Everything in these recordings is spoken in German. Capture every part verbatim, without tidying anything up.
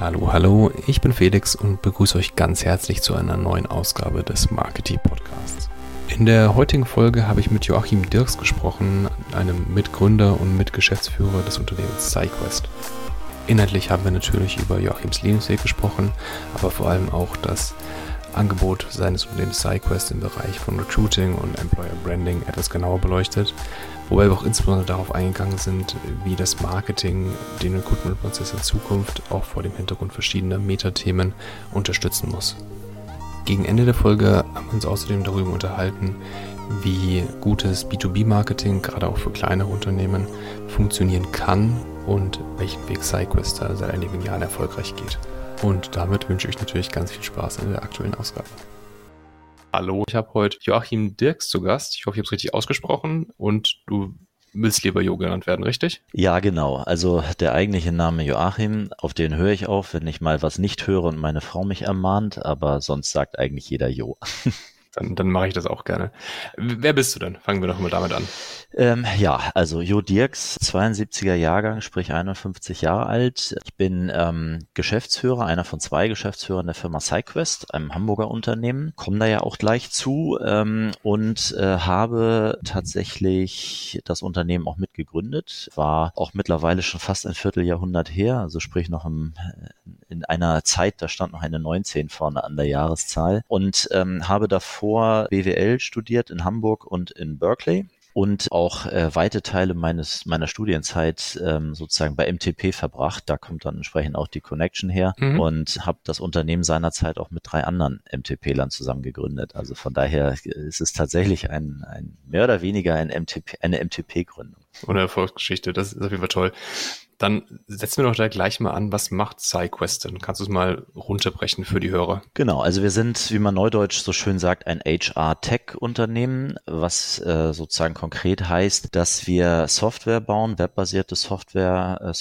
Hallo, hallo, ich bin Felix und begrüße euch ganz herzlich zu einer neuen Ausgabe des Marketing-Podcasts. In der heutigen Folge habe ich mit Joachim Dirks gesprochen, einem Mitgründer und Mitgeschäftsführer des Unternehmens SciQuest. Inhaltlich haben wir natürlich über Joachims Lebensweg gesprochen, aber vor allem auch das Angebot seines Unternehmens SciQuest im Bereich von Recruiting und Employer Branding etwas genauer beleuchtet, wobei wir auch insbesondere darauf eingegangen sind, wie das Marketing den Recruitment-Prozess in Zukunft auch vor dem Hintergrund verschiedener Metathemen unterstützen muss. Gegen Ende der Folge haben wir uns außerdem darüber unterhalten, wie gutes B zwei B-Marketing gerade auch für kleinere Unternehmen funktionieren kann und welchen Weg SciQuest da seit einigen Jahren erfolgreich geht. Und damit wünsche ich natürlich ganz viel Spaß in der aktuellen Ausgabe. Hallo, ich habe heute Joachim Dirks zu Gast. Ich hoffe, ich habe es richtig ausgesprochen und du willst lieber Jo genannt werden, richtig? Ja, genau. Also der eigentliche Name Joachim, auf den höre ich auf, wenn ich mal was nicht höre und meine Frau mich ermahnt, aber sonst sagt eigentlich jeder Jo. Dann, dann mache ich das auch gerne. Wer bist du denn? Fangen wir doch mal damit an. Ähm, ja, also Jo Dirks, zweiundsiebziger Jahrgang, sprich einundfünfzig Jahre alt. Ich bin ähm, Geschäftsführer, einer von zwei Geschäftsführern der Firma SciQuest, einem Hamburger Unternehmen. Komme da ja auch gleich zu ähm, und äh, habe tatsächlich das Unternehmen auch mitgegründet. War auch mittlerweile schon fast ein Vierteljahrhundert her, also sprich noch im, in einer Zeit, da stand noch eine neunzehn vorne an der Jahreszahl und ähm, habe davor B W L studiert in Hamburg und in Berkeley. Und auch äh, weite Teile meines meiner Studienzeit ähm, sozusagen bei M T P verbracht. Da kommt dann entsprechend auch die Connection her mhm. und habe das Unternehmen seinerzeit auch mit drei anderen M T P-Lern zusammen gegründet. Also von daher ist es tatsächlich ein, ein mehr oder weniger ein M T P, eine M T P-Gründung. Oder Erfolgsgeschichte, das ist auf jeden Fall toll. Dann setzen wir doch da gleich mal an, was macht SciQuest denn? Kannst du es mal runterbrechen für die Hörer? Genau, also wir sind, wie man neudeutsch so schön sagt, ein H R-Tech-Unternehmen, was äh, sozusagen konkret heißt, dass wir Software bauen, webbasierte Software, äh,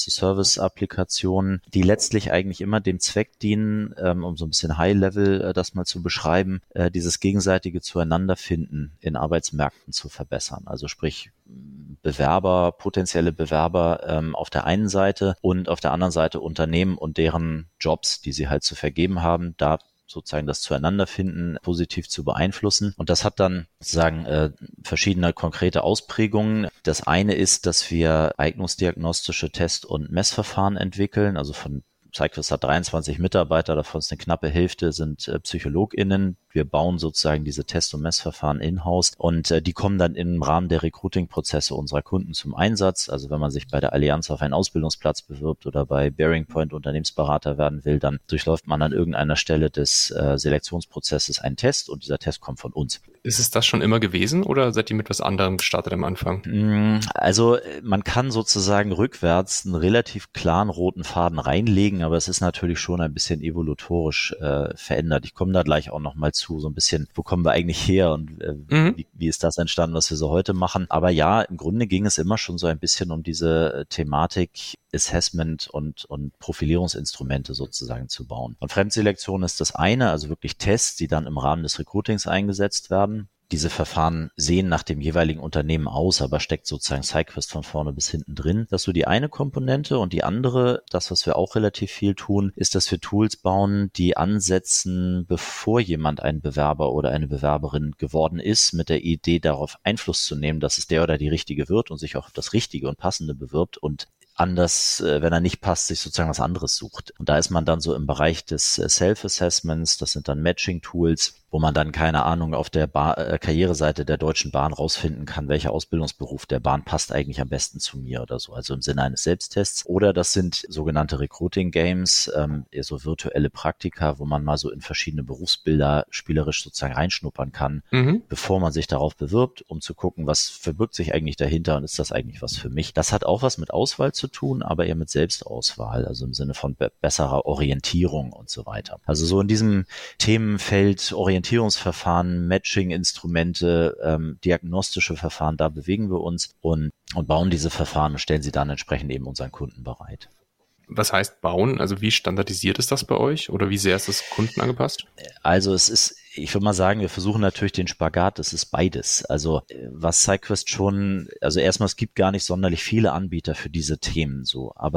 Software-as-a-Service-Applikationen, die letztlich eigentlich immer dem Zweck dienen, ähm, um so ein bisschen High-Level äh, das mal zu beschreiben, äh, dieses gegenseitige Zueinanderfinden in Arbeitsmärkten zu verbessern. Also sprich, Bewerber, potenzielle Bewerber ähm, auf der einen Seite und auf der anderen Seite Unternehmen und deren Jobs, die sie halt zu vergeben haben, da sozusagen das Zueinanderfinden positiv zu beeinflussen. Und das hat dann sozusagen äh, verschiedene konkrete Ausprägungen. Das eine ist, dass wir eignungsdiagnostische Test- und Messverfahren entwickeln, also von SciQuest hat dreiundzwanzig Mitarbeiter, davon ist eine knappe Hälfte sind äh, PsychologInnen. Wir bauen sozusagen diese Test- und Messverfahren in-house und äh, die kommen dann im Rahmen der Recruiting-Prozesse unserer Kunden zum Einsatz. Also wenn man sich bei der Allianz auf einen Ausbildungsplatz bewirbt oder bei Bearing Point Unternehmensberater werden will, dann durchläuft man an irgendeiner Stelle des äh, Selektionsprozesses einen Test und dieser Test kommt von uns. Ist es das schon immer gewesen oder seid ihr mit was anderem gestartet am Anfang? Also man kann sozusagen rückwärts einen relativ klaren roten Faden reinlegen, aber es ist natürlich schon ein bisschen evolutorisch äh, verändert. Ich komme da gleich auch nochmal zu, so ein bisschen, wo kommen wir eigentlich her und äh, mhm. wie, wie ist das entstanden, was wir so heute machen. Aber ja, im Grunde ging es immer schon so ein bisschen um diese Thematik, Assessment und, und Profilierungsinstrumente sozusagen zu bauen. Und Fremdselektion ist das eine, also wirklich Tests, die dann im Rahmen des Recruitings eingesetzt werden. Diese Verfahren sehen nach dem jeweiligen Unternehmen aus, aber steckt sozusagen SciQuest von vorne bis hinten drin. Das ist so die eine Komponente und die andere, das, was wir auch relativ viel tun, ist, dass wir Tools bauen, die ansetzen, bevor jemand ein Bewerber oder eine Bewerberin geworden ist, mit der Idee darauf Einfluss zu nehmen, dass es der oder die Richtige wird und sich auch auf das Richtige und Passende bewirbt und anders, wenn er nicht passt, sich sozusagen was anderes sucht. Und da ist man dann so im Bereich des Self-Assessments, das sind dann Matching-Tools, wo man dann, keine Ahnung, auf der Bar- äh, Karriereseite der Deutschen Bahn rausfinden kann, welcher Ausbildungsberuf der Bahn passt eigentlich am besten zu mir oder so, also im Sinne eines Selbsttests. Oder das sind sogenannte Recruiting-Games, ähm, eher so virtuelle Praktika, wo man mal so in verschiedene Berufsbilder spielerisch sozusagen reinschnuppern kann, mhm. bevor man sich darauf bewirbt, um zu gucken, was verbirgt sich eigentlich dahinter und ist das eigentlich was für mich. Das hat auch was mit Auswahl zu tun, aber eher mit Selbstauswahl, also im Sinne von be- besserer Orientierung und so weiter. Also so in diesem Themenfeld Orientierungsverfahren, Matching-Instrumente, ähm, diagnostische Verfahren, da bewegen wir uns und, und bauen diese Verfahren und stellen sie dann entsprechend eben unseren Kunden bereit. Was heißt bauen? Also wie standardisiert ist das bei euch oder wie sehr ist das Kunden angepasst? Also es ist, ich würde mal sagen, wir versuchen natürlich den Spagat, es ist beides. Also was SciQuest schon, also erstmal, es gibt gar nicht sonderlich viele Anbieter für diese Themen so, aber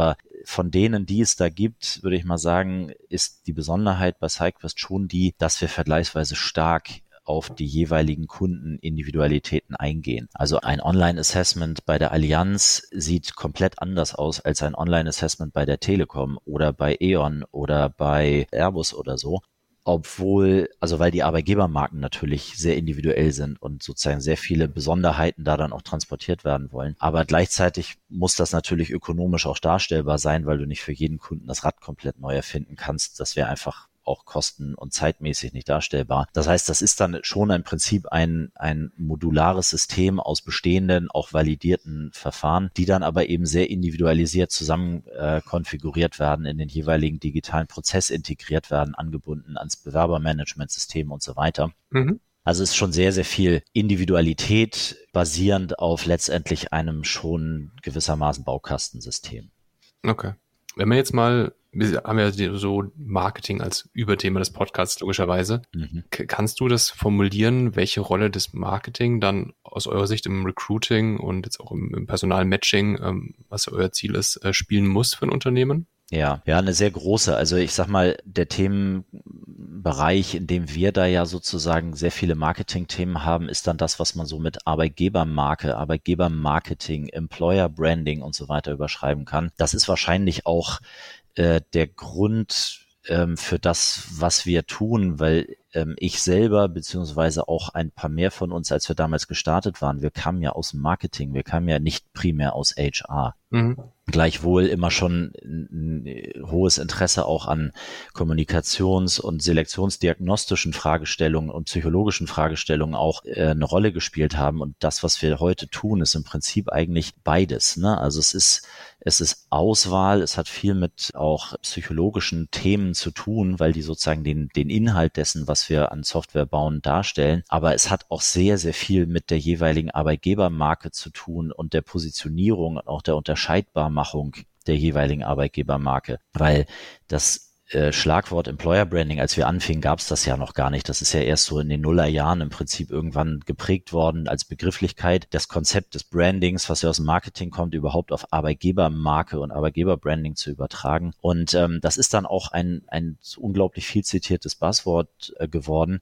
von denen, die es da gibt, würde ich mal sagen, ist die Besonderheit bei SideQuest schon die, dass wir vergleichsweise stark auf die jeweiligen Kundenindividualitäten eingehen. Also ein Online-Assessment bei der Allianz sieht komplett anders aus als ein Online-Assessment bei der Telekom oder bei E.ON oder bei Airbus oder so. Obwohl, also weil die Arbeitgebermarken natürlich sehr individuell sind und sozusagen sehr viele Besonderheiten da dann auch transportiert werden wollen. Aber gleichzeitig muss das natürlich ökonomisch auch darstellbar sein, weil du nicht für jeden Kunden das Rad komplett neu erfinden kannst. Das wäre einfach auch kosten- und zeitmäßig nicht darstellbar. Das heißt, das ist dann schon im Prinzip ein, ein modulares System aus bestehenden, auch validierten Verfahren, die dann aber eben sehr individualisiert zusammen äh, konfiguriert werden, in den jeweiligen digitalen Prozess integriert werden, angebunden ans Bewerbermanagementsystem und so weiter. Mhm. Also es ist schon sehr, sehr viel Individualität basierend auf letztendlich einem schon gewissermaßen Baukastensystem. Okay. Wenn man jetzt mal, wir haben ja so Marketing als Überthema des Podcasts logischerweise. Mhm. K- kannst du das formulieren, welche Rolle das Marketing dann aus eurer Sicht im Recruiting und jetzt auch im, im Personalmatching, ähm, was euer Ziel ist, äh, spielen muss für ein Unternehmen? Ja, ja, eine sehr große. Also ich sag mal, der Themenbereich, in dem wir da ja sozusagen sehr viele Marketing-Themen haben, ist dann das, was man so mit Arbeitgebermarke, Arbeitgebermarketing, Employer Branding und so weiter überschreiben kann. Das ist wahrscheinlich auch äh, der Grund ähm, für das, was wir tun, weil ähm, ich selber, beziehungsweise auch ein paar mehr von uns, als wir damals gestartet waren, wir kamen ja aus dem Marketing, wir kamen ja nicht primär aus H R. Mhm. Gleichwohl immer schon ein, ein hohes Interesse auch an kommunikations- und selektionsdiagnostischen Fragestellungen und psychologischen Fragestellungen auch äh, eine Rolle gespielt haben. Und das, was wir heute tun, ist im Prinzip eigentlich beides, ne? Also es ist es ist Auswahl, es hat viel mit auch psychologischen Themen zu tun, weil die sozusagen den den Inhalt dessen, was wir an Software bauen, darstellen. Aber es hat auch sehr, sehr viel mit der jeweiligen Arbeitgebermarke zu tun und der Positionierung und auch der Unterscheidbarmachung der jeweiligen Arbeitgebermarke, weil das äh, Schlagwort Employer Branding, als wir anfingen, gab es das ja noch gar nicht. Das ist ja erst so in den Nullerjahren im Prinzip irgendwann geprägt worden als Begrifflichkeit. Das Konzept des Brandings, was ja aus dem Marketing kommt, überhaupt auf Arbeitgebermarke und Arbeitgeberbranding zu übertragen. Und ähm, das ist dann auch ein, ein unglaublich viel zitiertes Buzzword äh, geworden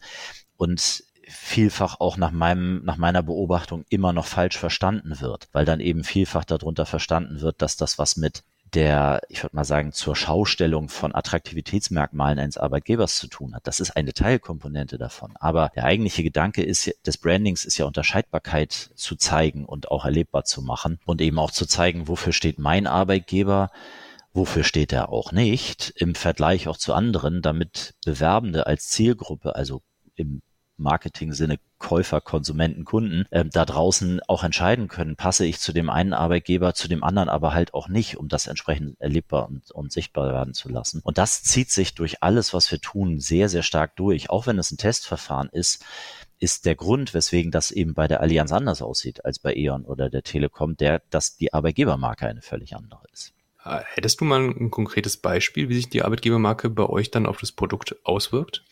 und vielfach auch nach meinem, nach meiner Beobachtung immer noch falsch verstanden wird, weil dann eben vielfach darunter verstanden wird, dass das was mit der, ich würde mal sagen, zur Schaustellung von Attraktivitätsmerkmalen eines Arbeitgebers zu tun hat. Das ist eine Teilkomponente davon. Aber der eigentliche Gedanke ist, des Brandings ist ja Unterscheidbarkeit zu zeigen und auch erlebbar zu machen und eben auch zu zeigen, wofür steht mein Arbeitgeber, wofür steht er auch nicht, im Vergleich auch zu anderen, damit Bewerbende als Zielgruppe, also im Marketing-Sinne Käufer, Konsumenten, Kunden, äh, da draußen auch entscheiden können, passe ich zu dem einen Arbeitgeber, zu dem anderen aber halt auch nicht, um das entsprechend erlebbar und, und sichtbar werden zu lassen. Und das zieht sich durch alles, was wir tun, sehr, sehr stark durch. Auch wenn es ein Testverfahren ist, ist der Grund, weswegen das eben bei der Allianz anders aussieht als bei E.ON oder der Telekom, der, dass die Arbeitgebermarke eine völlig andere ist. Hättest du mal ein konkretes Beispiel, wie sich die Arbeitgebermarke bei euch dann auf das Produkt auswirkt?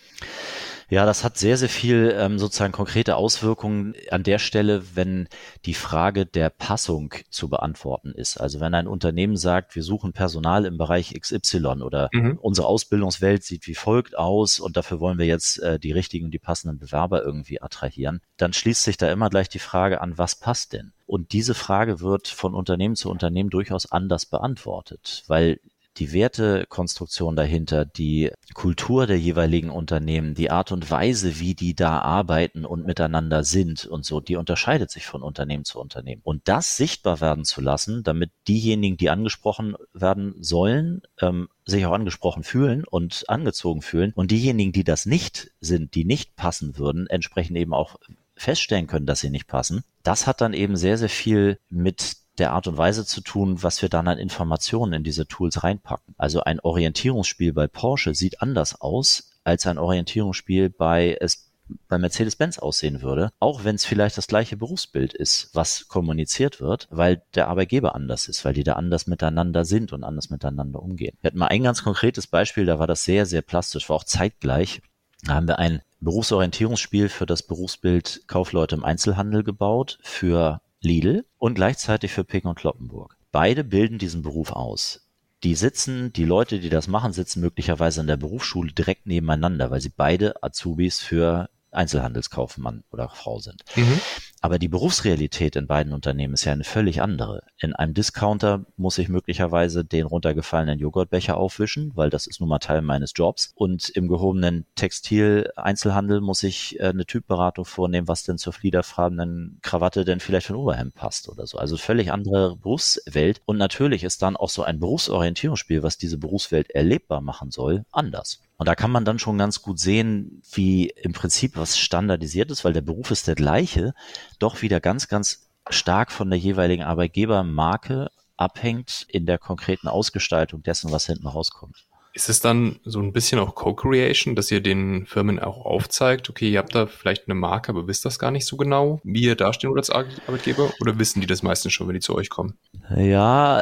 Ja, das hat sehr, sehr viel ähm, sozusagen konkrete Auswirkungen an der Stelle, wenn die Frage der Passung zu beantworten ist. Also wenn ein Unternehmen sagt, wir suchen Personal im Bereich X Y oder mhm. unsere Ausbildungswelt sieht wie folgt aus und dafür wollen wir jetzt äh, die richtigen und die passenden Bewerber irgendwie attrahieren, dann schließt sich da immer gleich die Frage an, was passt denn? Und diese Frage wird von Unternehmen zu Unternehmen durchaus anders beantwortet, weil die Wertekonstruktion dahinter, die Kultur der jeweiligen Unternehmen, die Art und Weise, wie die da arbeiten und miteinander sind und so, die unterscheidet sich von Unternehmen zu Unternehmen. Und das sichtbar werden zu lassen, damit diejenigen, die angesprochen werden sollen, ähm, sich auch angesprochen fühlen und angezogen fühlen und diejenigen, die das nicht sind, die nicht passen würden, entsprechend eben auch feststellen können, dass sie nicht passen. Das hat dann eben sehr, sehr viel mit der Art und Weise zu tun, was wir dann an Informationen in diese Tools reinpacken. Also ein Orientierungsspiel bei Porsche sieht anders aus, als ein Orientierungsspiel bei es bei Mercedes-Benz aussehen würde, auch wenn es vielleicht das gleiche Berufsbild ist, was kommuniziert wird, weil der Arbeitgeber anders ist, weil die da anders miteinander sind und anders miteinander umgehen. Wir hatten mal ein ganz konkretes Beispiel, da war das sehr, sehr plastisch, war auch zeitgleich. Da haben wir ein Berufsorientierungsspiel für das Berufsbild Kaufleute im Einzelhandel gebaut, für Lidl und gleichzeitig für Pick und Kloppenburg. Beide bilden diesen Beruf aus. die sitzen, die Leute, die das machen, sitzen möglicherweise in der Berufsschule direkt nebeneinander, weil sie beide Azubis für Einzelhandelskaufmann oder Frau sind. Mhm. Aber die Berufsrealität in beiden Unternehmen ist ja eine völlig andere. In einem Discounter muss ich möglicherweise den runtergefallenen Joghurtbecher aufwischen, weil das ist nun mal Teil meines Jobs. Und im gehobenen Textil-Einzelhandel muss ich äh, eine Typberatung vornehmen, was denn zur fliederfarbenen Krawatte denn vielleicht für ein Oberhemd passt oder so. Also völlig andere Berufswelt. Und natürlich ist dann auch so ein Berufsorientierungsspiel, was diese Berufswelt erlebbar machen soll, anders. Und da kann man dann schon ganz gut sehen, wie im Prinzip was standardisiert ist, weil der Beruf ist der gleiche, doch wieder ganz, ganz stark von der jeweiligen Arbeitgebermarke abhängt in der konkreten Ausgestaltung dessen, was hinten rauskommt. Ist es dann so ein bisschen auch Co-Creation, dass ihr den Firmen auch aufzeigt, okay, ihr habt da vielleicht eine Marke, aber wisst das gar nicht so genau, wie ihr dastehen wollt als Arbeitgeber? Oder wissen die das meistens schon, wenn die zu euch kommen? Ja,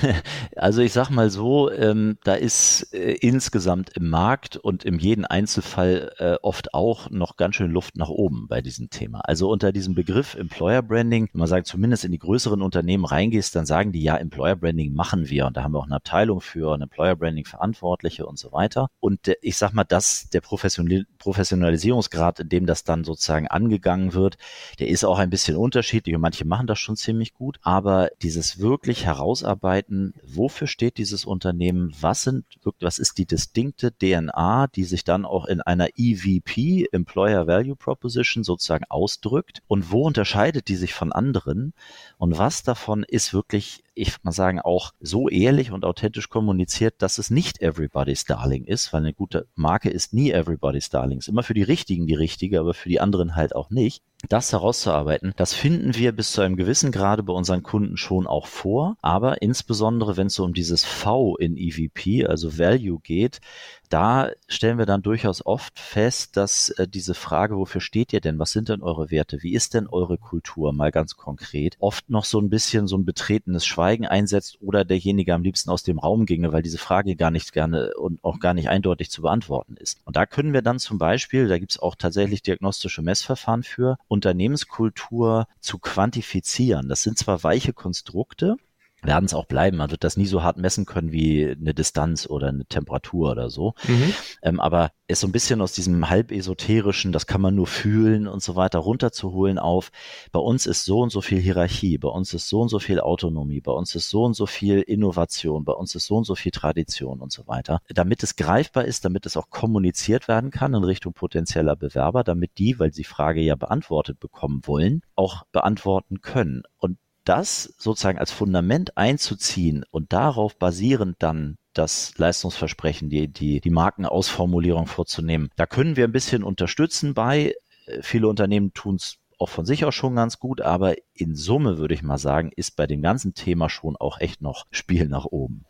also ich sag mal so, ähm, da ist äh, insgesamt im Markt und in jedem Einzelfall äh, oft auch noch ganz schön Luft nach oben bei diesem Thema. Also unter diesem Begriff Employer Branding, wenn man sagt, zumindest in die größeren Unternehmen reingehst, dann sagen die, ja, Employer Branding machen wir und da haben wir auch eine Abteilung für, ein Employer Branding verantwortliche und so weiter. Und äh, ich sag mal, dass der Professional- Professionalisierungsgrad, in dem das dann sozusagen angegangen wird, der ist auch ein bisschen unterschiedlich und manche machen das schon ziemlich gut, aber dieses wirklich herausarbeiten, wofür steht dieses Unternehmen, was sind wirklich, was ist die distinkte D N A, die sich dann auch in einer E V P, Employer Value Proposition, sozusagen ausdrückt und wo unterscheidet die sich von anderen und was davon ist wirklich, ich würde mal sagen, auch so ehrlich und authentisch kommuniziert, dass es nicht everybody's darling ist, weil eine gute Marke ist nie everybody's darling, ist immer für die Richtigen die richtige, aber für die anderen halt auch nicht. Das herauszuarbeiten, das finden wir bis zu einem gewissen Grade bei unseren Kunden schon auch vor, aber insbesondere wenn es so um dieses V in E V P, also Value geht, da stellen wir dann durchaus oft fest, dass äh, diese Frage, wofür steht ihr denn, was sind denn eure Werte, wie ist denn eure Kultur, mal ganz konkret, oft noch so ein bisschen so ein betretenes Schweigen einsetzt oder derjenige am liebsten aus dem Raum ginge, weil diese Frage gar nicht gerne und auch gar nicht eindeutig zu beantworten ist. Und da können wir dann zum Beispiel, da gibt es auch tatsächlich diagnostische Messverfahren für, Unternehmenskultur zu quantifizieren. Das sind zwar weiche Konstrukte, werden es auch bleiben. Man wird das nie so hart messen können wie eine Distanz oder eine Temperatur oder so. Mhm. Ähm, aber es so ein bisschen aus diesem halb esoterischen, das kann man nur fühlen und so weiter runterzuholen auf, bei uns ist so und so viel Hierarchie, bei uns ist so und so viel Autonomie, bei uns ist so und so viel Innovation, bei uns ist so und so viel Tradition und so weiter. Damit es greifbar ist, damit es auch kommuniziert werden kann in Richtung potenzieller Bewerber, damit die, weil sie die Frage ja beantwortet bekommen wollen, auch beantworten können. Und das sozusagen als Fundament einzuziehen und darauf basierend dann das Leistungsversprechen, die, die, die Markenausformulierung vorzunehmen. Da können wir ein bisschen unterstützen bei. Viele Unternehmen tun es auch von sich aus schon ganz gut, aber in Summe würde ich mal sagen, ist bei dem ganzen Thema schon auch echt noch Spiel nach oben.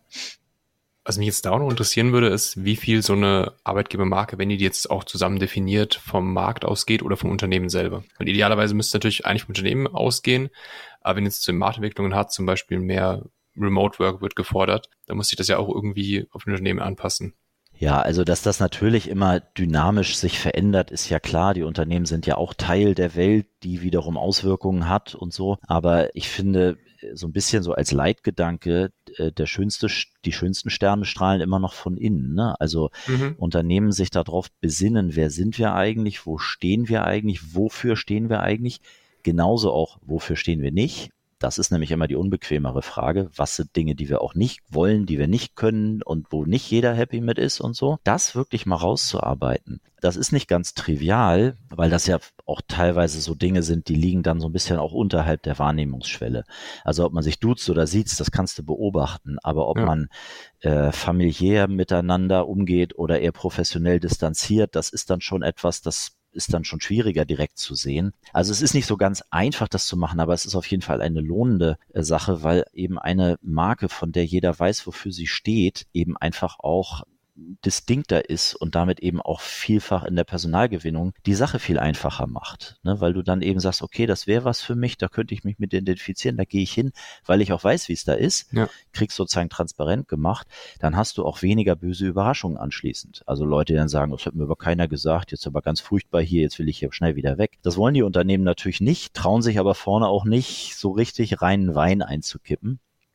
Was mich jetzt da auch noch interessieren würde, ist, wie viel so eine Arbeitgebermarke, wenn ihr die jetzt auch zusammen definiert, vom Markt ausgeht oder vom Unternehmen selber. Und idealerweise müsste natürlich eigentlich vom Unternehmen ausgehen, aber wenn jetzt zu Marktentwicklungen hat, zum Beispiel mehr Remote Work wird gefordert, dann muss sich das ja auch irgendwie auf ein Unternehmen anpassen. Ja, also dass das natürlich immer dynamisch sich verändert, ist ja klar. Die Unternehmen sind ja auch Teil der Welt, die wiederum Auswirkungen hat und so. Aber ich finde, so ein bisschen so als Leitgedanke, der schönste, die schönsten Sterne strahlen immer noch von innen, ne? Also mhm. Unternehmen sich darauf besinnen, wer sind wir eigentlich, wo stehen wir eigentlich, wofür stehen wir eigentlich, genauso auch, wofür stehen wir nicht. Das ist nämlich immer die unbequemere Frage. Was sind Dinge, die wir auch nicht wollen, die wir nicht können und wo nicht jeder happy mit ist und so? Das wirklich mal rauszuarbeiten. Das ist nicht ganz trivial, weil das ja auch teilweise so Dinge sind, die liegen dann so ein bisschen auch unterhalb der Wahrnehmungsschwelle. Also ob man sich duzt oder sieht, das kannst du beobachten. Aber ob ja. man äh, familiär miteinander umgeht oder eher professionell distanziert, das ist dann schon etwas, das ist dann schon schwieriger direkt zu sehen. Also es ist nicht so ganz einfach, das zu machen, aber es ist auf jeden Fall eine lohnende äh, Sache, weil eben eine Marke, von der jeder weiß, wofür sie steht, eben einfach auch distinkter ist und damit eben auch vielfach in der Personalgewinnung die Sache viel einfacher macht, ne? Weil du dann eben sagst, okay, das wäre was für mich, da könnte ich mich mit identifizieren, da gehe ich hin, weil ich auch weiß, wie es da ist, ja. Kriegst sozusagen transparent gemacht, dann hast du auch weniger böse Überraschungen anschließend. Also Leute, die dann sagen, das hat mir aber keiner gesagt, jetzt aber ganz furchtbar hier, jetzt will ich hier schnell wieder weg. Das wollen die Unternehmen natürlich nicht, trauen sich aber vorne auch nicht so richtig reinen Wein einzukippen.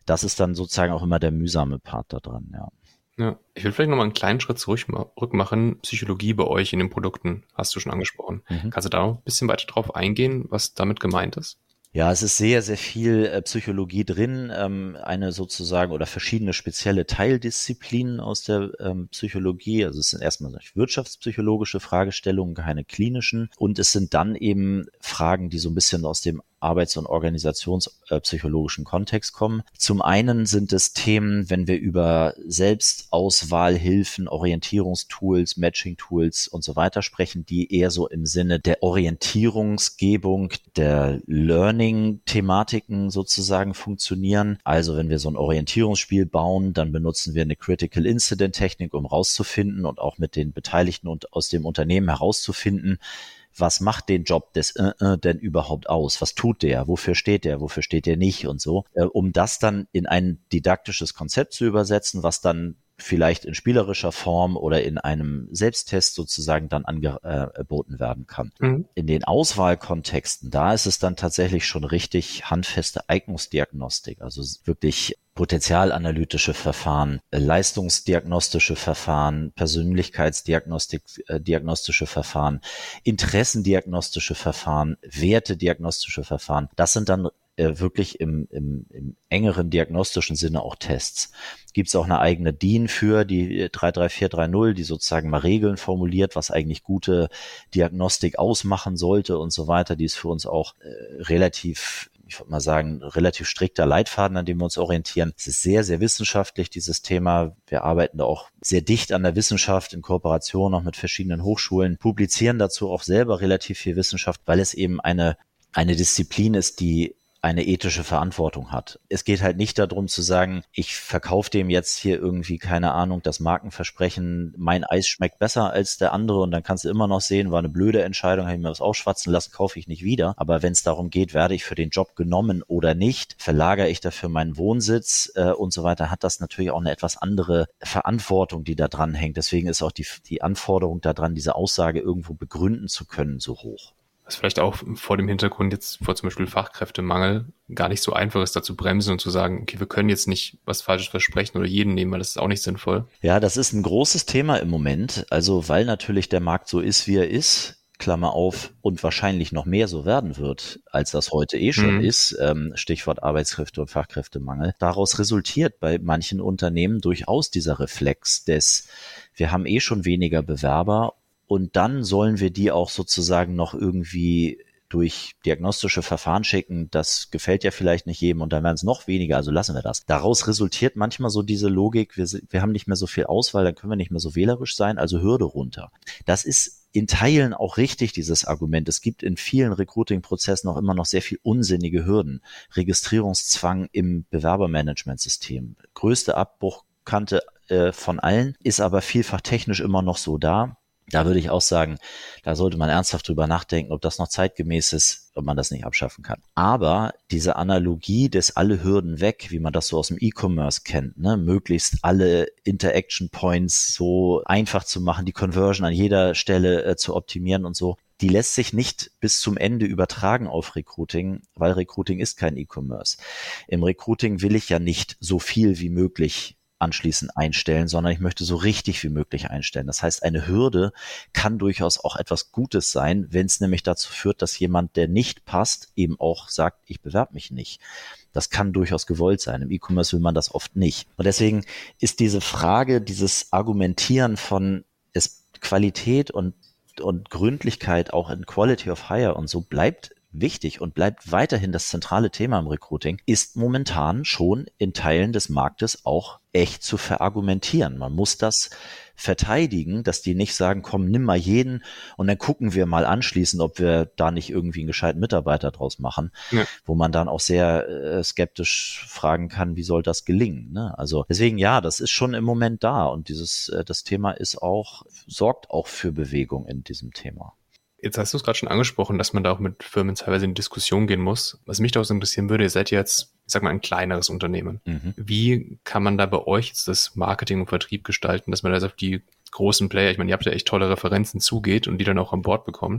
das ist dann sozusagen auch immer der mühsame Part da dran, ja. Ja, ich will vielleicht nochmal einen kleinen Schritt zurück machen. Psychologie bei euch in den Produkten hast du schon angesprochen. Mhm. Kannst du da noch ein bisschen weiter drauf eingehen, was damit gemeint ist? Ja, es ist sehr, sehr viel äh, Psychologie drin, ähm, eine sozusagen oder verschiedene spezielle Teildisziplinen aus der ähm, Psychologie. Also es sind erstmal wirtschaftspsychologische Fragestellungen, keine klinischen. Und es sind dann eben Fragen, die so ein bisschen aus dem arbeits- und organisationspsychologischen Kontext kommen. Zum einen sind es Themen, wenn wir über Selbstauswahlhilfen, Orientierungstools, Matching-Tools und so weiter sprechen, die eher so im Sinne der Orientierungsgebung, der Learning-Thematiken sozusagen funktionieren. Also wenn wir so ein Orientierungsspiel bauen, dann benutzen wir eine Critical Incident-Technik, um rauszufinden und auch mit den Beteiligten und aus dem Unternehmen herauszufinden, was macht den Job des äh, äh, denn überhaupt aus? Was tut der? Wofür steht der? Wofür steht der nicht? Und so, äh, um das dann in ein didaktisches Konzept zu übersetzen, was dann vielleicht in spielerischer Form oder in einem Selbsttest sozusagen dann angeboten werden kann. Mhm. In den Auswahlkontexten, da ist es dann tatsächlich schon richtig handfeste Eignungsdiagnostik, also wirklich potenzialanalytische Verfahren, leistungsdiagnostische Verfahren, Persönlichkeitsdiagnostik, äh, diagnostische Verfahren, interessendiagnostische Verfahren, wertediagnostische Verfahren. Das sind dann äh, wirklich im, im, im engeren diagnostischen Sinne auch Tests. Gibt es auch eine eigene D I N für, die drei drei vier drei null, die sozusagen mal Regeln formuliert, was eigentlich gute Diagnostik ausmachen sollte und so weiter. Die ist für uns auch äh, relativ, ich würde mal sagen, relativ strikter Leitfaden, an dem wir uns orientieren. Es ist sehr, sehr wissenschaftlich, dieses Thema. Wir arbeiten da auch sehr dicht an der Wissenschaft in Kooperation auch mit verschiedenen Hochschulen, publizieren dazu auch selber relativ viel Wissenschaft, weil es eben eine, eine Disziplin ist, die eine ethische Verantwortung hat. Es geht halt nicht darum zu sagen, ich verkaufe dem jetzt hier irgendwie, keine Ahnung, das Markenversprechen, mein Eis schmeckt besser als der andere und dann kannst du immer noch sehen, war eine blöde Entscheidung, habe ich mir was ausschwatzen lassen, kaufe ich nicht wieder. Aber wenn es darum geht, werde ich für den Job genommen oder nicht, verlagere ich dafür meinen Wohnsitz äh, und so weiter, hat das natürlich auch eine etwas andere Verantwortung, die da dran hängt. Deswegen ist auch die, die Anforderung daran, diese Aussage irgendwo begründen zu können, so hoch. Was vielleicht auch vor dem Hintergrund jetzt vor zum Beispiel Fachkräftemangel gar nicht so einfach ist, da zu bremsen und zu sagen, okay, wir können jetzt nicht was Falsches versprechen oder jeden nehmen, weil das ist auch nicht sinnvoll. Ja, das ist ein großes Thema im Moment. Also weil natürlich der Markt so ist, wie er ist, Klammer auf, und wahrscheinlich noch mehr so werden wird, als das heute eh schon mhm. ist, ähm, Stichwort Arbeitskräfte und Fachkräftemangel. Daraus resultiert bei manchen Unternehmen durchaus dieser Reflex des, wir haben eh schon weniger Bewerber, und dann sollen wir die auch sozusagen noch irgendwie durch diagnostische Verfahren schicken. Das gefällt ja vielleicht nicht jedem und dann werden es noch weniger, also lassen wir das. Daraus resultiert manchmal so diese Logik, wir, wir haben nicht mehr so viel Auswahl, dann können wir nicht mehr so wählerisch sein, also Hürde runter. Das ist in Teilen auch richtig, dieses Argument. Es gibt in vielen Recruiting-Prozessen auch immer noch sehr viel unsinnige Hürden. Registrierungszwang im Bewerbermanagementsystem. Größte Abbruchkante äh, von allen, ist aber vielfach technisch immer noch so da. Da würde ich auch sagen, da sollte man ernsthaft drüber nachdenken, ob das noch zeitgemäß ist, ob man das nicht abschaffen kann. Aber diese Analogie des alle Hürden weg, wie man das so aus dem E-Commerce kennt, ne, möglichst alle Interaction Points so einfach zu machen, die Conversion an jeder Stelle äh, zu optimieren und so, die lässt sich nicht bis zum Ende übertragen auf Recruiting, weil Recruiting ist kein E-Commerce. Im Recruiting will ich ja nicht so viel wie möglich anschließend einstellen, sondern ich möchte so richtig wie möglich einstellen. Das heißt, eine Hürde kann durchaus auch etwas Gutes sein, wenn es nämlich dazu führt, dass jemand, der nicht passt, eben auch sagt, ich bewerbe mich nicht. Das kann durchaus gewollt sein. Im E-Commerce will man das oft nicht. Und deswegen ist diese Frage, dieses Argumentieren von es Qualität und, und Gründlichkeit auch in Quality of Hire und so bleibt wichtig und bleibt weiterhin das zentrale Thema im Recruiting, ist momentan schon in Teilen des Marktes auch echt zu verargumentieren. Man muss das verteidigen, dass die nicht sagen, komm, nimm mal jeden und dann gucken wir mal anschließend, ob wir da nicht irgendwie einen gescheiten Mitarbeiter draus machen, ja. Wo man dann auch sehr äh, skeptisch fragen kann, wie soll das gelingen? Ne? Also deswegen, ja, das ist schon im Moment da und dieses, äh, das Thema ist auch, sorgt auch für Bewegung in diesem Thema. Jetzt hast du es gerade schon angesprochen, dass man da auch mit Firmen teilweise in Diskussion gehen muss. Was mich da auch interessieren würde, ihr seid ja jetzt, ich sag mal, ein kleineres Unternehmen. Mhm. Wie kann man da bei euch jetzt das Marketing und Vertrieb gestalten, dass man da auf die großen Player, ich meine, ihr habt ja echt tolle Referenzen, zugeht und die dann auch an Bord bekommt?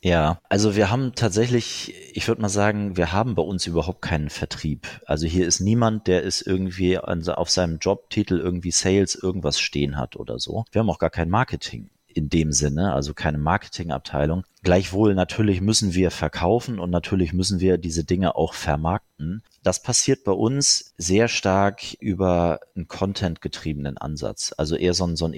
Ja, also wir haben tatsächlich, ich würde mal sagen, wir haben bei uns überhaupt keinen Vertrieb. Also hier ist niemand, der ist irgendwie auf seinem Jobtitel irgendwie Sales irgendwas stehen hat oder so. Wir haben auch gar kein Marketing in dem Sinne, also keine Marketingabteilung. Gleichwohl natürlich müssen wir verkaufen und natürlich müssen wir diese Dinge auch vermarkten. Das passiert bei uns sehr stark über einen Content-getriebenen Ansatz. Also eher so ein, so ein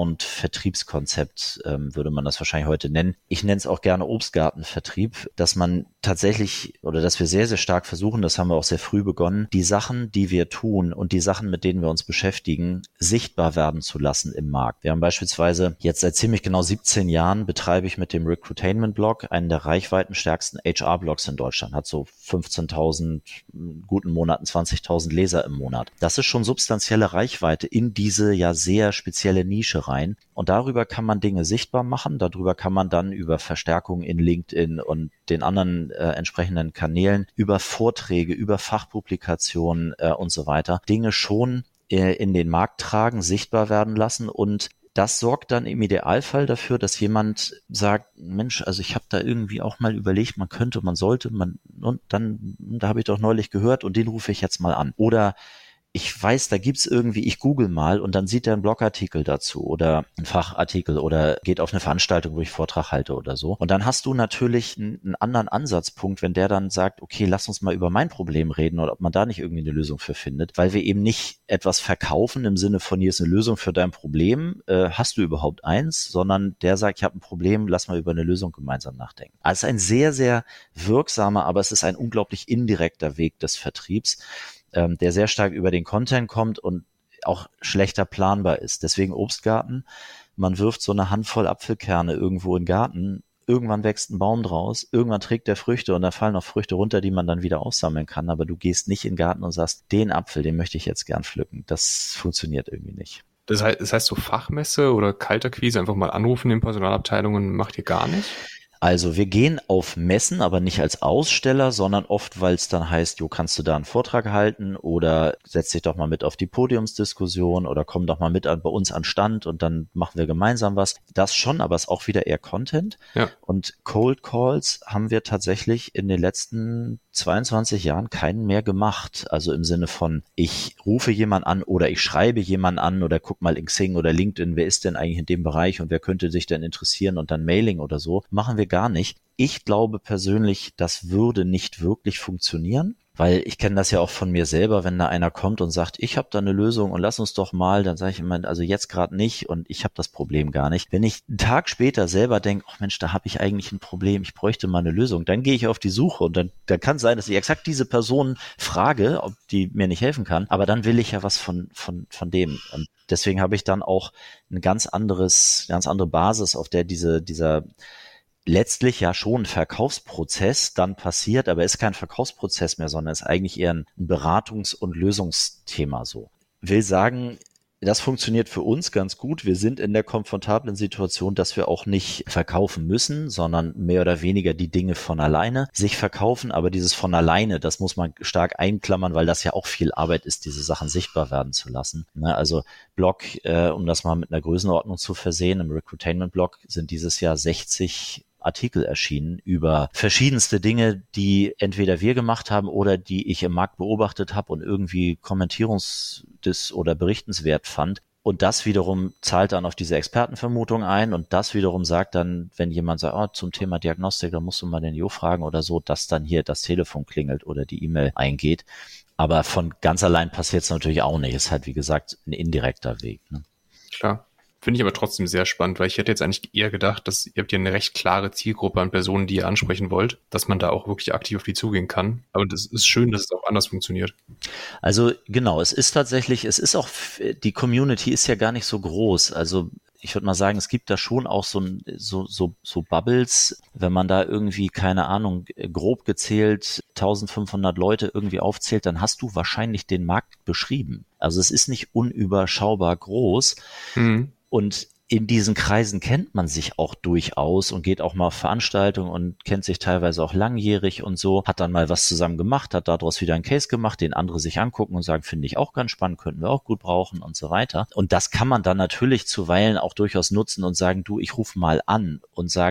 Inbound-Vertriebskonzept, ähm, würde man das wahrscheinlich heute nennen. Ich nenne es auch gerne Obstgartenvertrieb, dass man tatsächlich oder dass wir sehr, sehr stark versuchen, das haben wir auch sehr früh begonnen, die Sachen, die wir tun und die Sachen, mit denen wir uns beschäftigen, sichtbar werden zu lassen im Markt. Wir haben beispielsweise jetzt seit ziemlich genau siebzehn Jahren betreibe ich mit dem Recruitainment-Blog einen der reichweitenstärksten H R-Blogs in Deutschland, hat so fünfzehntausend guten Monaten zwanzigtausend Leser im Monat. Das ist schon substanzielle Reichweite in diese ja sehr spezielle Nische rein. Und darüber kann man Dinge sichtbar machen. Darüber kann man dann über Verstärkung in LinkedIn und den anderen äh, entsprechenden Kanälen, über Vorträge, über Fachpublikationen äh, und so weiter, Dinge schon äh, in den Markt tragen, sichtbar werden lassen und das sorgt dann im Idealfall dafür, dass jemand sagt, Mensch, also ich habe da irgendwie auch mal überlegt, man könnte, man sollte, man und dann, da habe ich doch neulich gehört und den rufe ich jetzt mal an. Oder ich weiß, da gibt's irgendwie, ich google mal und dann sieht er einen Blogartikel dazu oder einen Fachartikel oder geht auf eine Veranstaltung, wo ich Vortrag halte oder so. Und dann hast du natürlich einen, einen anderen Ansatzpunkt, wenn der dann sagt, okay, lass uns mal über mein Problem reden oder ob man da nicht irgendwie eine Lösung für findet, weil wir eben nicht etwas verkaufen im Sinne von, hier ist eine Lösung für dein Problem, äh, hast du überhaupt eins, sondern der sagt, ich habe ein Problem, lass mal über eine Lösung gemeinsam nachdenken. Also es ist ein sehr, sehr wirksamer, aber es ist ein unglaublich indirekter Weg des Vertriebs, der sehr stark über den Content kommt und auch schlechter planbar ist. Deswegen Obstgarten, man wirft so eine Handvoll Apfelkerne irgendwo in den Garten, irgendwann wächst ein Baum draus, irgendwann trägt der Früchte und da fallen auch Früchte runter, die man dann wieder aussammeln kann, aber du gehst nicht in den Garten und sagst, den Apfel, den möchte ich jetzt gern pflücken. Das funktioniert irgendwie nicht. Das heißt, das heißt so Fachmesse oder Kaltakquise, einfach mal anrufen in Personalabteilungen, macht ihr gar nicht? Also wir gehen auf Messen, aber nicht als Aussteller, sondern oft, weil es dann heißt, jo, kannst du da einen Vortrag halten oder setz dich doch mal mit auf die Podiumsdiskussion oder komm doch mal mit an, bei uns an Stand und dann machen wir gemeinsam was. Das schon, aber es ist auch wieder eher Content. Ja. Und Cold Calls haben wir tatsächlich in den letzten zweiundzwanzig Jahren keinen mehr gemacht. Also im Sinne von, ich rufe jemanden an oder ich schreibe jemanden an oder guck mal in Xing oder LinkedIn, wer ist denn eigentlich in dem Bereich und wer könnte sich denn interessieren und dann Mailing oder so. Machen wir gar nicht. Ich glaube persönlich, das würde nicht wirklich funktionieren, weil ich kenne das ja auch von mir selber, wenn da einer kommt und sagt, ich habe da eine Lösung und lass uns doch mal, dann sage ich immer, also jetzt gerade nicht und ich habe das Problem gar nicht. Wenn ich einen Tag später selber denke, ach Mensch, da habe ich eigentlich ein Problem, ich bräuchte mal eine Lösung, dann gehe ich auf die Suche und dann, dann kann sein, dass ich exakt diese Person frage, ob die mir nicht helfen kann, aber dann will ich ja was von von von dem und deswegen habe ich dann auch ein ganz anderes, ganz andere Basis, auf der diese dieser letztlich ja schon ein Verkaufsprozess dann passiert, aber ist kein Verkaufsprozess mehr, sondern ist eigentlich eher ein Beratungs- und Lösungsthema so. Will sagen, das funktioniert für uns ganz gut. Wir sind in der komfortablen Situation, dass wir auch nicht verkaufen müssen, sondern mehr oder weniger die Dinge von alleine sich verkaufen. Aber dieses von alleine, das muss man stark einklammern, weil das ja auch viel Arbeit ist, diese Sachen sichtbar werden zu lassen. Also Blog, äh, um das mal mit einer Größenordnung zu versehen, im Recruitainment-Blog sind dieses Jahr sechzig Artikel erschienen über verschiedenste Dinge, die entweder wir gemacht haben oder die ich im Markt beobachtet habe und irgendwie kommentierungs- oder berichtenswert fand. Und das wiederum zahlt dann auf diese Expertenvermutung ein und das wiederum sagt dann, wenn jemand sagt, oh, zum Thema Diagnostik, da musst du mal den Jo fragen oder so, dass dann hier das Telefon klingelt oder die E-Mail eingeht. Aber von ganz allein passiert es natürlich auch nicht. Ist halt, wie gesagt, ein indirekter Weg. Ne? Klar. Finde ich aber trotzdem sehr spannend, weil ich hätte jetzt eigentlich eher gedacht, dass ihr habt ja eine recht klare Zielgruppe an Personen, die ihr ansprechen wollt, dass man da auch wirklich aktiv auf die zugehen kann. Aber das ist schön, dass es auch anders funktioniert. Also genau, es ist tatsächlich, es ist auch, die Community ist ja gar nicht so groß. Also ich würde mal sagen, es gibt da schon auch so, so, so, so Bubbles, wenn man da irgendwie, keine Ahnung, grob gezählt eintausendfünfhundert Leute irgendwie aufzählt, dann hast du wahrscheinlich den Markt beschrieben. Also es ist nicht unüberschaubar groß. Mhm. Und in diesen Kreisen kennt man sich auch durchaus und geht auch mal auf Veranstaltungen und kennt sich teilweise auch langjährig und so, hat dann mal was zusammen gemacht, hat daraus wieder einen Case gemacht, den andere sich angucken und sagen, finde ich auch ganz spannend, könnten wir auch gut brauchen und so weiter. Und das kann man dann natürlich zuweilen auch durchaus nutzen und sagen, du, ich rufe mal an und sag,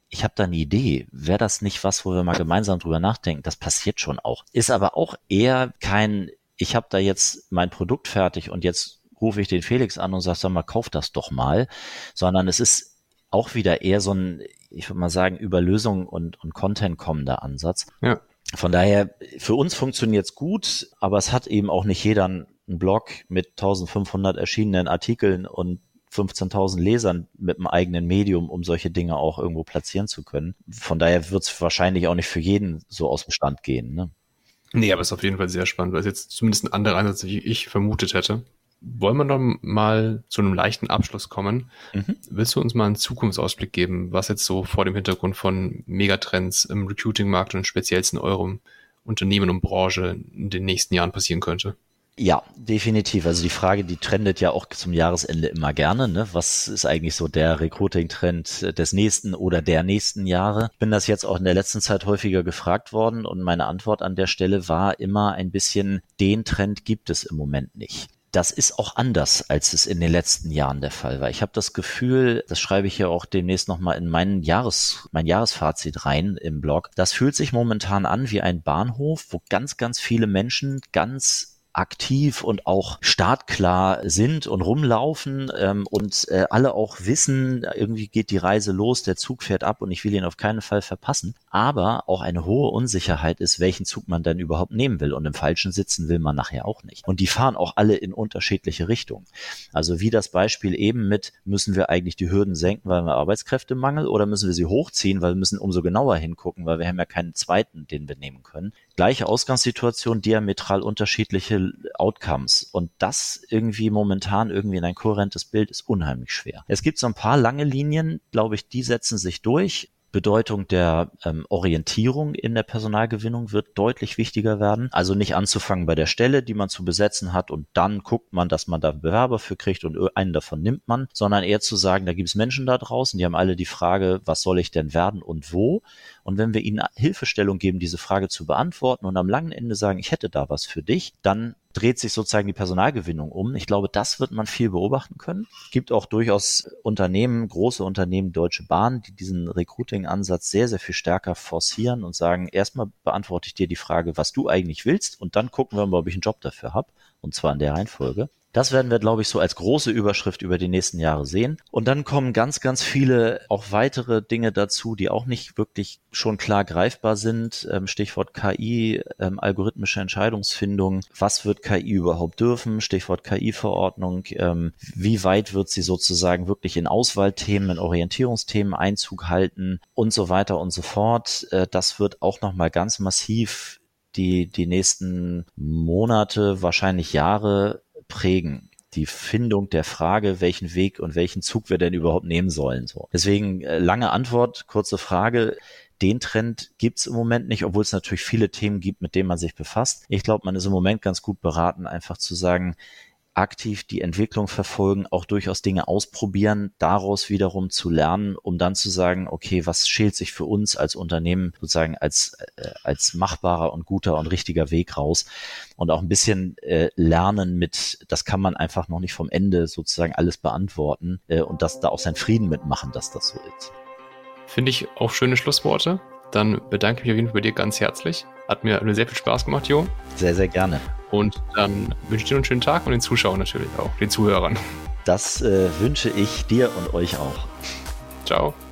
ich habe da eine Idee, wäre das nicht was, wo wir mal gemeinsam drüber nachdenken? Das passiert schon auch. Ist aber auch eher kein, ich habe da jetzt mein Produkt fertig und jetzt rufe ich den Felix an und sage, sag mal, kauf das doch mal, sondern es ist auch wieder eher so ein, ich würde mal sagen, über Lösung und, und Content kommender Ansatz. Ja. Von daher, für uns funktioniert es gut, aber es hat eben auch nicht jeder einen Blog mit eintausendfünfhundert erschienenen Artikeln und fünfzehntausend Lesern mit einem eigenen Medium, um solche Dinge auch irgendwo platzieren zu können. Von daher wird es wahrscheinlich auch nicht für jeden so aus dem Stand gehen. Ne? Nee, aber es ist auf jeden Fall sehr spannend, weil es jetzt zumindest ein anderer Ansatz, wie ich vermutet hätte. Wollen wir noch mal zu einem leichten Abschluss kommen? Mhm. Willst du uns mal einen Zukunftsausblick geben, was jetzt so vor dem Hintergrund von Megatrends im Recruiting-Markt und speziell in eurem Unternehmen und Branche in den nächsten Jahren passieren könnte? Ja, definitiv. Also die Frage, die trendet ja auch zum Jahresende immer gerne. Ne? Was ist eigentlich so der Recruiting-Trend des nächsten oder der nächsten Jahre? Ich bin das jetzt auch in der letzten Zeit häufiger gefragt worden und meine Antwort an der Stelle war immer ein bisschen, den Trend gibt es im Moment nicht. Das ist auch anders, als es in den letzten Jahren der Fall war. Ich habe das Gefühl, das schreibe ich ja auch demnächst nochmal in meinen Jahres, mein Jahresfazit rein im Blog. Das fühlt sich momentan an wie ein Bahnhof, wo ganz, ganz viele Menschen ganz aktiv und auch startklar sind und rumlaufen ähm, und äh, alle auch wissen, irgendwie geht die Reise los, der Zug fährt ab und ich will ihn auf keinen Fall verpassen. Aber auch eine hohe Unsicherheit ist, welchen Zug man dann überhaupt nehmen will. Und im Falschen sitzen will man nachher auch nicht. Und die fahren auch alle in unterschiedliche Richtungen. Also wie das Beispiel eben mit, müssen wir eigentlich die Hürden senken, weil wir Arbeitskräftemangel, oder müssen wir sie hochziehen, weil wir müssen umso genauer hingucken, weil wir haben ja keinen zweiten, den wir nehmen können. Gleiche Ausgangssituation, diametral unterschiedliche Outcomes. Und das irgendwie momentan irgendwie in ein kohärentes Bild ist unheimlich schwer. Es gibt so ein paar lange Linien, glaube ich, die setzen sich durch. Bedeutung der ähm, Orientierung in der Personalgewinnung wird deutlich wichtiger werden. Also nicht anzufangen bei der Stelle, die man zu besetzen hat und dann guckt man, dass man da Bewerber für kriegt und einen davon nimmt man, sondern eher zu sagen, da gibt es Menschen da draußen, die haben alle die Frage, was soll ich denn werden und wo? Und wenn wir ihnen Hilfestellung geben, diese Frage zu beantworten und am langen Ende sagen, ich hätte da was für dich, dann dreht sich sozusagen die Personalgewinnung um. Ich glaube, das wird man viel beobachten können. Es gibt auch durchaus Unternehmen, große Unternehmen, Deutsche Bahn, die diesen Recruiting-Ansatz sehr, sehr viel stärker forcieren und sagen, erstmal beantworte ich dir die Frage, was du eigentlich willst und dann gucken wir mal, ob ich einen Job dafür habe. Und zwar in der Reihenfolge. Das werden wir, glaube ich, so als große Überschrift über die nächsten Jahre sehen. Und dann kommen ganz, ganz viele auch weitere Dinge dazu, die auch nicht wirklich schon klar greifbar sind. Stichwort K I, algorithmische Entscheidungsfindung. Was wird K I überhaupt dürfen? Stichwort K I-Verordnung. Wie weit wird sie sozusagen wirklich in Auswahlthemen, in Orientierungsthemen Einzug halten und so weiter und so fort. Das wird auch nochmal ganz massiv die, die nächsten Monate, wahrscheinlich Jahre prägen. Die Findung der Frage, welchen Weg und welchen Zug wir denn überhaupt nehmen sollen. So. Deswegen äh, lange Antwort, kurze Frage. Den Trend gibt's im Moment nicht, obwohl es natürlich viele Themen gibt, mit denen man sich befasst. Ich glaube, man ist im Moment ganz gut beraten, einfach zu sagen, aktiv die Entwicklung verfolgen, auch durchaus Dinge ausprobieren, daraus wiederum zu lernen, um dann zu sagen, okay, was schält sich für uns als Unternehmen sozusagen als äh, als machbarer und guter und richtiger Weg raus und auch ein bisschen äh, lernen mit, das kann man einfach noch nicht vom Ende sozusagen alles beantworten äh, und das da auch seinen Frieden mitmachen, dass das so ist. Finde ich auch schöne Schlussworte. Dann bedanke ich mich auf jeden Fall bei dir ganz herzlich. Hat mir sehr viel Spaß gemacht, Jo. Sehr, sehr gerne. Und dann wünsche ich dir noch einen schönen Tag und den Zuschauern natürlich auch, den Zuhörern. Das äh, wünsche ich dir und euch auch. Ciao.